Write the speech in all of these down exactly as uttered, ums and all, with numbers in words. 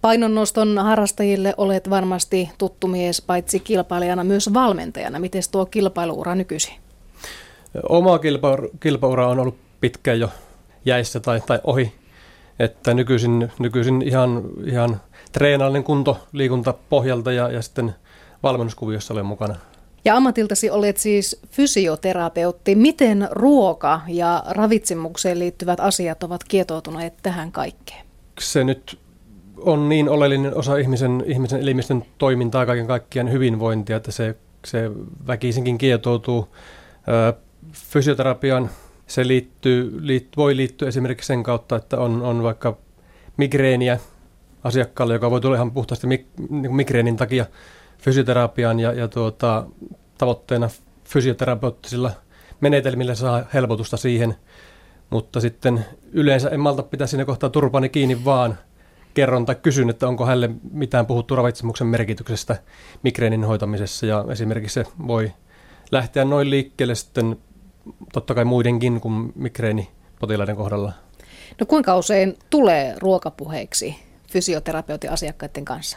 Painonnoston harrastajille olet varmasti tuttu mies paitsi kilpailijana myös valmentajana. Miten tuo kilpailuura nykyisin? Oma kilpa, kilpaura on ollut pitkään jo jäissä tai, tai ohi. Että nykyisin, nykyisin ihan, ihan treenallinen kunto liikunta pohjalta ja, ja sitten valmennuskuviossa olen mukana. Ja ammatiltasi olet siis fysioterapeutti. Miten ruoka ja ravitsemukseen liittyvät asiat ovat kietoutuneet tähän kaikkeen? Se nyt on niin oleellinen osa ihmisen, ihmisen elimistön toimintaa, kaiken kaikkiaan hyvinvointia, että se, se väkisinkin kietoutuu ää, fysioterapiaan. Se liittyy, liit, voi liittyä esimerkiksi sen kautta, että on, on vaikka migreeniä asiakkaalle, joka voi tulla ihan puhtaasti mik, migreenin takia fysioterapiaan ja, ja tuota, tavoitteena fysioterapeuttisilla menetelmillä saa helpotusta siihen, mutta sitten yleensä en malta pitää siinä kohtaa turpani kiinni, vaan kerron tai kysyn, että onko hänelle mitään puhuttu ravitsemuksen merkityksestä migreenin hoitamisessa ja esimerkiksi se voi lähteä noin liikkeelle sitten totta kai muidenkin kuin migreenipotilaiden kohdalla. No kuinka usein tulee ruokapuheeksi fysioterapeutin asiakkaiden kanssa?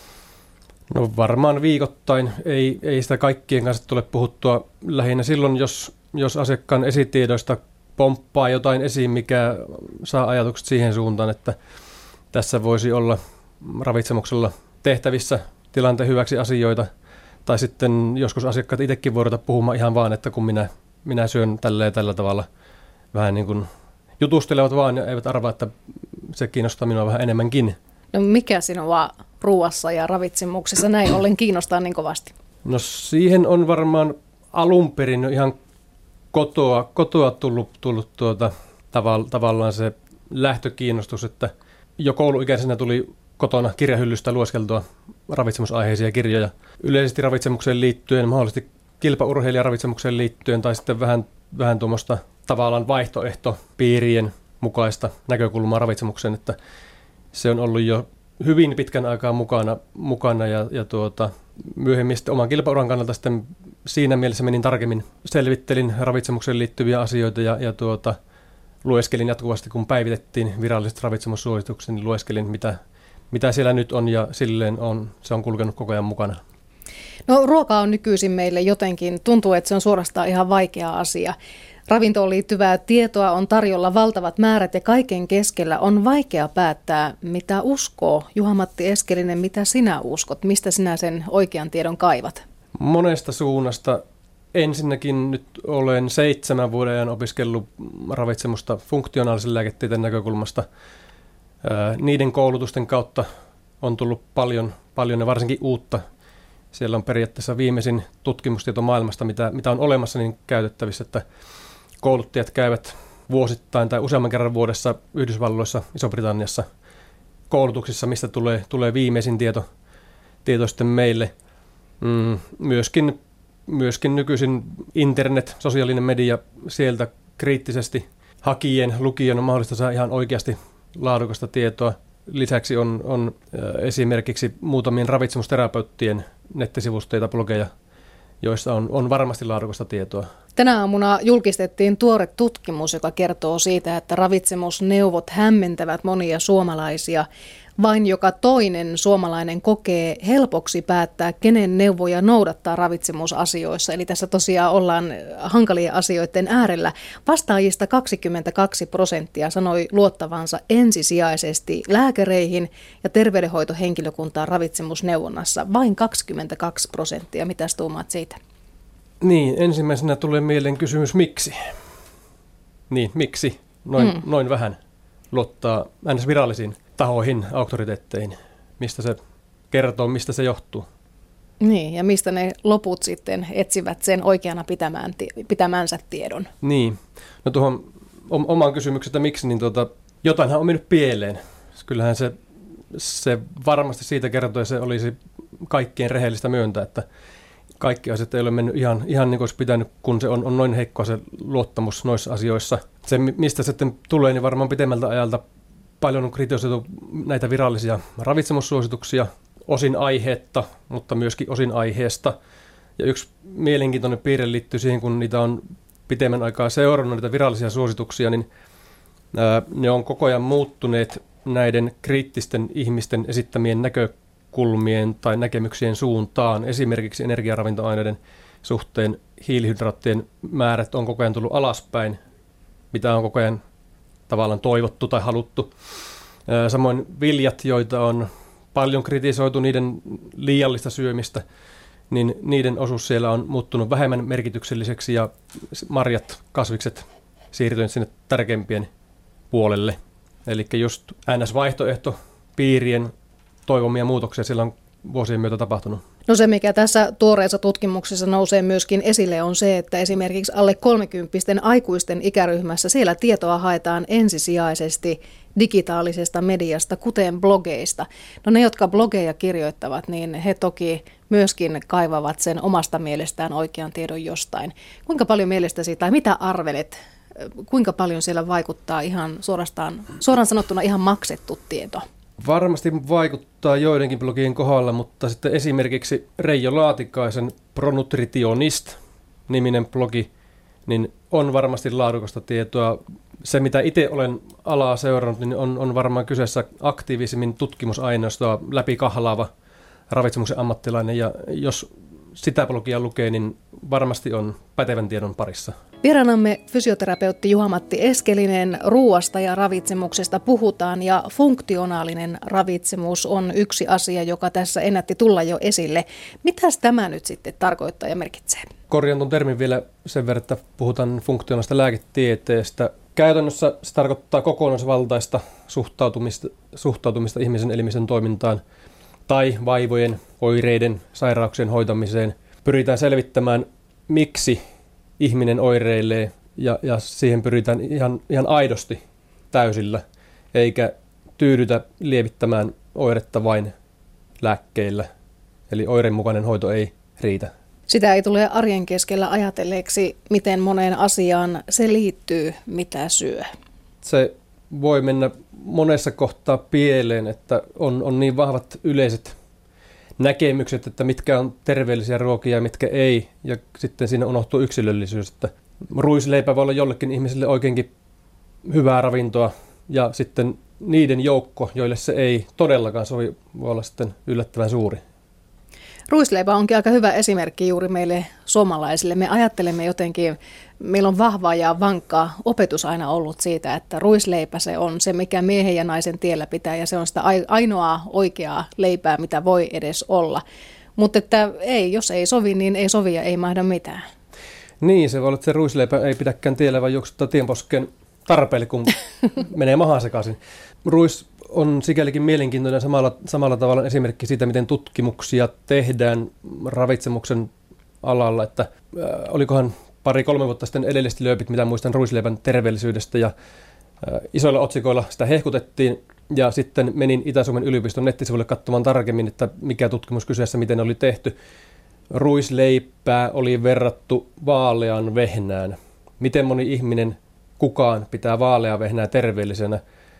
No varmaan viikoittain. Ei, ei sitä kaikkien kanssa tule puhuttua lähinnä silloin, jos, jos asiakkaan esitiedoista pomppaa jotain esiin, mikä saa ajatukset siihen suuntaan, että tässä voisi olla ravitsemuksella tehtävissä tilanteen hyväksi asioita. Tai sitten joskus asiakkaat itsekin voi ruveta puhumaan ihan vaan, että kun minä, minä syön tällä ja tällä tavalla vähän niin kuin jutustelevat vaan ja eivät arvaa, että se kiinnostaa minua vähän enemmänkin. No mikä sinua ruuassa ja ravitsemuksessa näin ollen kiinnostaa niin kovasti? No siihen on varmaan alun perin ihan kotoa, kotoa tullut, tullut tuota, tavall, tavallaan se lähtökiinnostus, että jo kouluikäisenä tuli kotona kirjahyllystä lueskeltua ravitsemusaiheisia kirjoja. Yleisesti ravitsemukseen liittyen, mahdollisesti kilpaurheilijaravitsemukseen liittyen tai sitten vähän, vähän tuommoista tavallaan vaihtoehtopiirien mukaista näkökulmaa ravitsemukseen, että se on ollut jo hyvin pitkän aikaa mukana, mukana ja, ja tuota, myöhemmin sitten oman kilpauran kannalta sitten siinä mielessä menin tarkemmin. Selvittelin ravitsemukseen liittyviä asioita ja, ja tuota, lueskelin jatkuvasti, kun päivitettiin viralliset ravitsemussuositukset, niin lueskelin, mitä, mitä siellä nyt on ja silleen on, se on kulkenut koko ajan mukana. No ruoka on nykyisin meille jotenkin, tuntuu, että se on suorastaan ihan vaikea asia. Ravintoon liittyvää tietoa on tarjolla valtavat määrät ja kaiken keskellä on vaikea päättää, mitä uskoo. Juha-Matti Eskelinen, mitä sinä uskot? Mistä sinä sen oikean tiedon kaivat? Monesta suunnasta. Ensinnäkin nyt olen seitsemän vuoden ajan opiskellut ravitsemusta funktionaalisen lääketieteen näkökulmasta. Niiden koulutusten kautta on tullut paljon, paljon ja varsinkin uutta. Siellä on periaatteessa viimeisin tutkimustieto maailmasta, mitä, mitä on olemassa niin käytettävissä, että kouluttajat käyvät vuosittain tai useamman kerran vuodessa Yhdysvalloissa, Iso-Britanniassa koulutuksissa, mistä tulee, tulee viimeisin tieto, tieto sitten meille. Mm, myöskin, myöskin nykyisin internet, sosiaalinen media sieltä kriittisesti hakien, lukijan on mahdollista saada ihan oikeasti laadukasta tietoa. Lisäksi on, on esimerkiksi muutamien ravitsemusterapeuttien nettisivusteita, blogeja, joissa on, on varmasti laadukasta tietoa. Tänä aamuna julkistettiin tuore tutkimus, joka kertoo siitä, että ravitsemusneuvot hämmentävät monia suomalaisia. Vain joka toinen suomalainen kokee helpoksi päättää, kenen neuvoja noudattaa ravitsemusasioissa. Eli tässä tosiaan ollaan hankalien asioiden äärellä. Vastaajista kaksikymmentäkaksi prosenttia sanoi luottavansa ensisijaisesti lääkäreihin ja terveydenhoitohenkilökuntaan ravitsemusneuvonnassa. Vain kaksikymmentäkaksi prosenttia. Mitäs tuumaat siitä? Niin, ensimmäisenä tulee mieleen kysymys, miksi? Niin, miksi? Noin, mm. noin vähän luottaa äänes virallisiin tahoihin, auktoriteetteihin. Mistä se kertoo, mistä se johtuu? Niin, ja mistä ne loput sitten etsivät sen oikeana pitämään, pitämänsä tiedon? Niin, no tuohon omaan kysymykseen, että miksi, niin tuota, jotainhan on mennyt pieleen. Kyllähän se, se varmasti siitä kertoo, ja se olisi kaikkien rehellistä myöntää, että kaikki asiat ei ole mennyt ihan, ihan niin kuin olisi pitänyt, kun se on, on noin heikkoa se luottamus noissa asioissa. Se, mistä sitten tulee, niin varmaan pitemmältä ajalta paljon on kritisoitu näitä virallisia ravitsemussuosituksia, osin aiheetta, mutta myöskin osin aiheesta. Ja yksi mielenkiintoinen piirre liittyy siihen, kun niitä on pitemmän aikaa seurannut, niitä virallisia suosituksia, niin ää, ne on koko ajan muuttuneet näiden kriittisten ihmisten esittämien näkökulmien tai näkemyksien suuntaan. Esimerkiksi energiaravintoaineiden suhteen hiilihydraattien määrät on koko ajan tullut alaspäin, mitä on koko ajan tavallaan toivottu tai haluttu. Samoin viljat, joita on paljon kritisoitu niiden liiallista syömistä, niin niiden osuus siellä on muuttunut vähemmän merkitykselliseksi ja marjat, kasvikset siirtyneet sinne tärkeimpien puolelle. Eli just N S-vaihtoehto, piirien toivomia muutoksia siellä on vuosien myötä tapahtunut. No se, mikä tässä tuoreessa tutkimuksessa nousee myöskin esille, on se, että esimerkiksi alle kolmekymppisten aikuisten ikäryhmässä siellä tietoa haetaan ensisijaisesti digitaalisesta mediasta, kuten blogeista. No ne, jotka blogeja kirjoittavat, niin he toki myöskin kaivavat sen omasta mielestään oikean tiedon jostain. Kuinka paljon mielestäsi, tai mitä arvelet, kuinka paljon siellä vaikuttaa ihan suorastaan, suoraan sanottuna ihan maksettu tieto? Varmasti vaikuttaa joidenkin blogien kohdalla, mutta sitten esimerkiksi Reijo Laatikaisen Pronutritionist-niminen blogi, niin on varmasti laadukasta tietoa. Se, mitä itse olen alaa seurannut, niin on, on varmaan kyseessä aktiivisemmin tutkimusaineistoa läpi kahlaava ravitsemuksen ammattilainen, ja jos sitä blogia lukee, niin varmasti on pätevän tiedon parissa. Vieraanamme fysioterapeutti Juha-Matti Eskelinen. Ruuasta ja ravitsemuksesta puhutaan, ja funktionaalinen ravitsemus on yksi asia, joka tässä ennätti tulla jo esille. Mitäs tämä nyt sitten tarkoittaa ja merkitsee? Korjaan tuon termin vielä sen verran, että puhutaan funktionaalista lääketieteestä. Käytännössä se tarkoittaa kokonaisvaltaista suhtautumista, suhtautumista ihmisen elimistön toimintaan tai vaivojen, oireiden, sairauksien hoitamiseen. Pyritään selvittämään, miksi ihminen oireilee, ja, ja siihen pyritään ihan, ihan aidosti täysillä, eikä tyydytä lievittämään oiretta vain lääkkeillä. Eli oireen mukainen hoito ei riitä. Sitä ei tule arjen keskellä ajatelleeksi, miten moneen asiaan se liittyy, mitä syö. Se voi mennä monessa kohtaa pieleen, että on, on niin vahvat yleiset näkemykset, että mitkä on terveellisiä ruokia ja mitkä ei, ja sitten siinä unohtuu yksilöllisyys, että ruisleipä voi olla jollekin ihmiselle oikeinkin hyvää ravintoa, ja sitten niiden joukko, joille se ei todellakaan sovi, voi olla sitten yllättävän suuri. Ruisleipä onkin aika hyvä esimerkki juuri meille suomalaisille. Me ajattelemme jotenkin, meillä on vahva ja vankka opetus aina ollut siitä, että ruisleipä se on se, mikä miehen ja naisen tiellä pitää, ja se on sitä ainoaa oikeaa leipää, mitä voi edes olla. Mutta että ei, jos ei sovi, niin ei sovi ja ei mahda mitään. Niin, se voi olla, että se ruisleipä ei pidäkään tiellä, vaan juoksuttaa tienposken tarpeelle, kun menee mahaan sekaisin. Ruis on sikälikin mielenkiintoinen samalla, samalla tavalla esimerkki siitä, miten tutkimuksia tehdään ravitsemuksen alalla, että äh, olikohan pari-kolme vuotta sitten edelliset lööpit, mitä muistan ruisleipän terveellisyydestä, ja äh, isoilla otsikoilla sitä hehkutettiin, ja sitten menin Itä-Suomen yliopiston nettisivuille katsomaan tarkemmin, että mikä tutkimus kyseessä, miten oli tehty. Ruisleipää oli verrattu vaalean vehnään. Miten moni ihminen, kukaan pitää vaaleaa vehnää terveellisenä?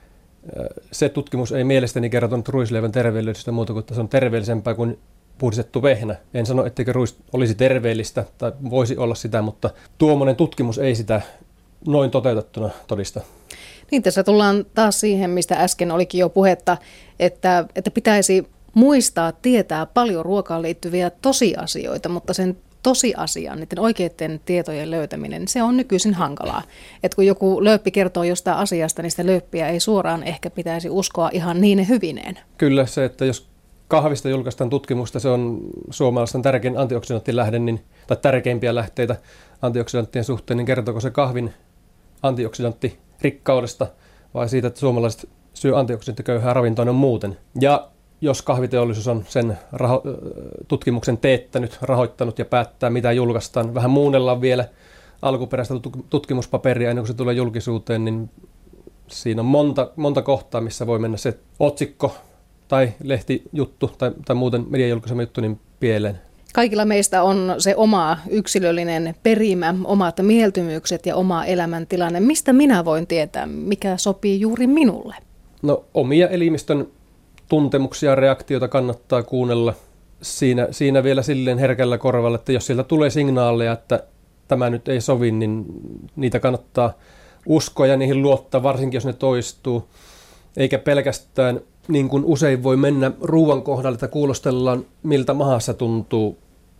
Se tutkimus ei mielestäni kertonut ruisleivän terveellisyydestä muuta kuin, että se on terveellisempää kuin puhdistettu vehnä. En sano, etteikö ruis olisi terveellistä tai voisi olla sitä, mutta tuommoinen tutkimus ei sitä noin toteutettuna todista. Niin, tässä tullaan taas siihen, mistä äsken olikin jo puhetta, että, että pitäisi muistaa, tietää paljon ruokaan liittyviä tosiasioita, mutta sen tosiasian, niiden oikeiden tietojen löytäminen, se on nykyisin hankalaa. Et kun joku lööppi kertoo jostain asiasta, niin sitä lööppiä ei suoraan ehkä pitäisi uskoa ihan niin hyvineen. Kyllä se, että jos kahvista julkaistaan tutkimusta, se on suomalaisten tärkein antioksidanttilähde, niin, tai tärkeimpiä lähteitä antioksidanttien suhteen, niin kertooko se kahvin antioksidanttirikkaudesta vai siitä, että suomalaiset syö antioksidanttiköyhää ravintoa muuten. Ja jos kahviteollisuus on sen raho- tutkimuksen teettänyt, rahoittanut ja päättää, mitä julkaistaan, vähän muunnellaan vielä alkuperäistä tutkimuspaperia ennen kuin se tulee julkisuuteen, niin siinä on monta, monta kohtaa, missä voi mennä se otsikko tai lehtijuttu tai, tai muuten median julkaisema juttu niin pieleen. Kaikilla meistä on se oma yksilöllinen perimä, omat mieltymykset ja oma elämäntilanne. Mistä minä voin tietää, mikä sopii juuri minulle? No, omia elimistön tuntemuksia ja reaktioita kannattaa kuunnella siinä, siinä vielä silleen herkällä korvalla, että jos sieltä tulee signaaleja, että tämä nyt ei sovi, niin niitä kannattaa uskoa ja niihin luottaa, varsinkin jos ne toistuu. Eikä pelkästään niin kuin usein voi mennä ruoan kohdalla, että kuulostellaan miltä mahassa tuntuu.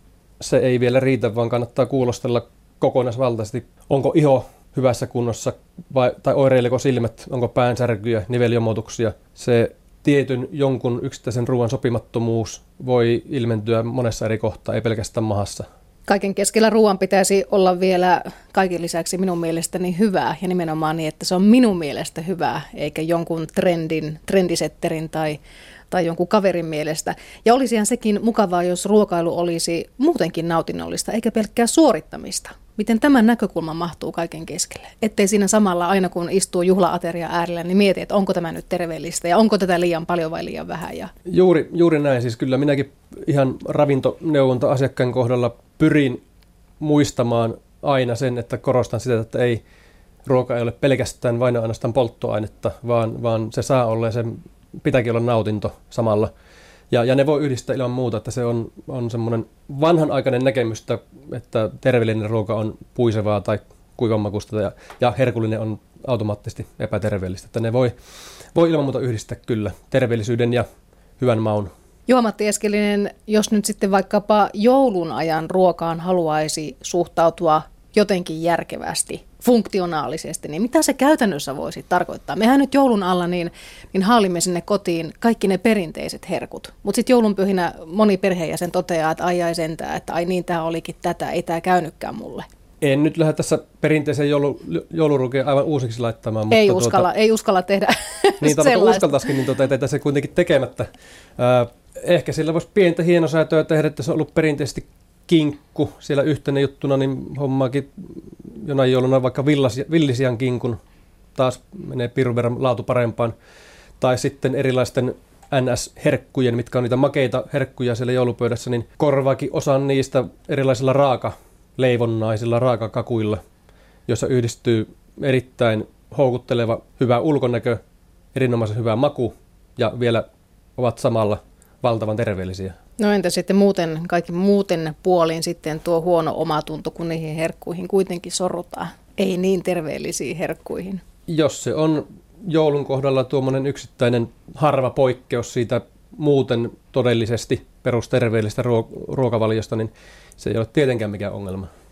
Se ei vielä riitä, vaan kannattaa kuulostella kokonaisvaltaisesti. Onko iho hyvässä kunnossa vai, tai oireileeko silmät, onko päänsärkyjä, niveljomotuksia. Se tietyn jonkun yksittäisen ruoan sopimattomuus voi ilmentyä monessa eri kohtaa, ei pelkästään mahassa. Kaiken keskellä ruoan pitäisi olla vielä kaiken lisäksi minun mielestäni hyvää ja nimenomaan niin, että se on minun mielestä hyvää, eikä jonkun trendin, trendisetterin tai, tai jonkun kaverin mielestä. Ja olisihan sekin mukavaa, jos ruokailu olisi muutenkin nautinnollista, eikä pelkkää suorittamista. Miten tämän näkökulma mahtuu kaiken keskelle? Ettei siinä samalla aina kun istuu juhla-ateria äärellä, niin mieti, että onko tämä nyt terveellistä ja onko tätä liian paljon vai liian vähän. Ja... Juuri, juuri näin. Siis kyllä minäkin ihan ravintoneuvonta-asiakkaan kohdalla pyrin muistamaan aina sen, että korostan sitä, että ei, ruoka ei ole pelkästään vain ainoastaan polttoainetta, vaan, vaan se saa olla ja sen pitääkin olla nautinto samalla. Ja, ja ne voi yhdistää ilman muuta, että se on, on semmoinen vanhanaikainen näkemys, että, että terveellinen ruoka on puisevaa tai kuivanmakuista ja, ja herkullinen on automaattisesti epäterveellistä. Että ne voi, voi ilman muuta yhdistää kyllä terveellisyyden ja hyvän maun. Juha-Matti Eskelinen, jos nyt sitten vaikkapa joulun ajan ruokaan haluaisi suhtautua jotenkin järkevästi, funktionaalisesti, niin mitä se käytännössä voisi tarkoittaa? Mehän nyt joulun alla niin, niin haalimme sinne kotiin kaikki ne perinteiset herkut, mutta sitten joulunpyhinä moni perheenjäsen toteaa, että ai ai sentään, että ai niin, tämä olikin tätä, ei tämä käynytkään mulle. En nyt lähde tässä perinteisen joulu, jouluruokeen aivan uusiksi laittamaan. Ei, mutta uskalla, tuota, ei uskalla tehdä niin, sellaista. Niin, uskaltaisikin, niin tuota, että se kuitenkin tekemättä. Äh, ehkä sillä voisi pientä hienosäätöä tehdä, että se on ollut perinteisesti kinkku siellä yhtenä juttuna, niin hommaakin jonain jouluna vaikka villasi, villisian kinkun, taas menee pirun verran laatu parempaan. Tai sitten erilaisten N S-herkkujen, mitkä on niitä makeita herkkuja siellä joulupöydässä, niin korvaakin osan niistä erilaisilla raakaleivonnaisilla raakakakuilla, joissa yhdistyy erittäin houkutteleva hyvä ulkonäkö, erinomaisen hyvä maku ja vielä ovat samalla valtavan terveellisiä. No entä sitten muuten, kaikki muuten puolin sitten tuo huono omatunto, kun niihin herkkuihin kuitenkin sorrutaan, ei niin terveellisiin herkkuihin? Jos se on joulun kohdalla tuommoinen yksittäinen harva poikkeus siitä muuten todellisesti perusterveellistä ruok- ruokavaliosta, niin se ei ole tietenkään mikään ongelma.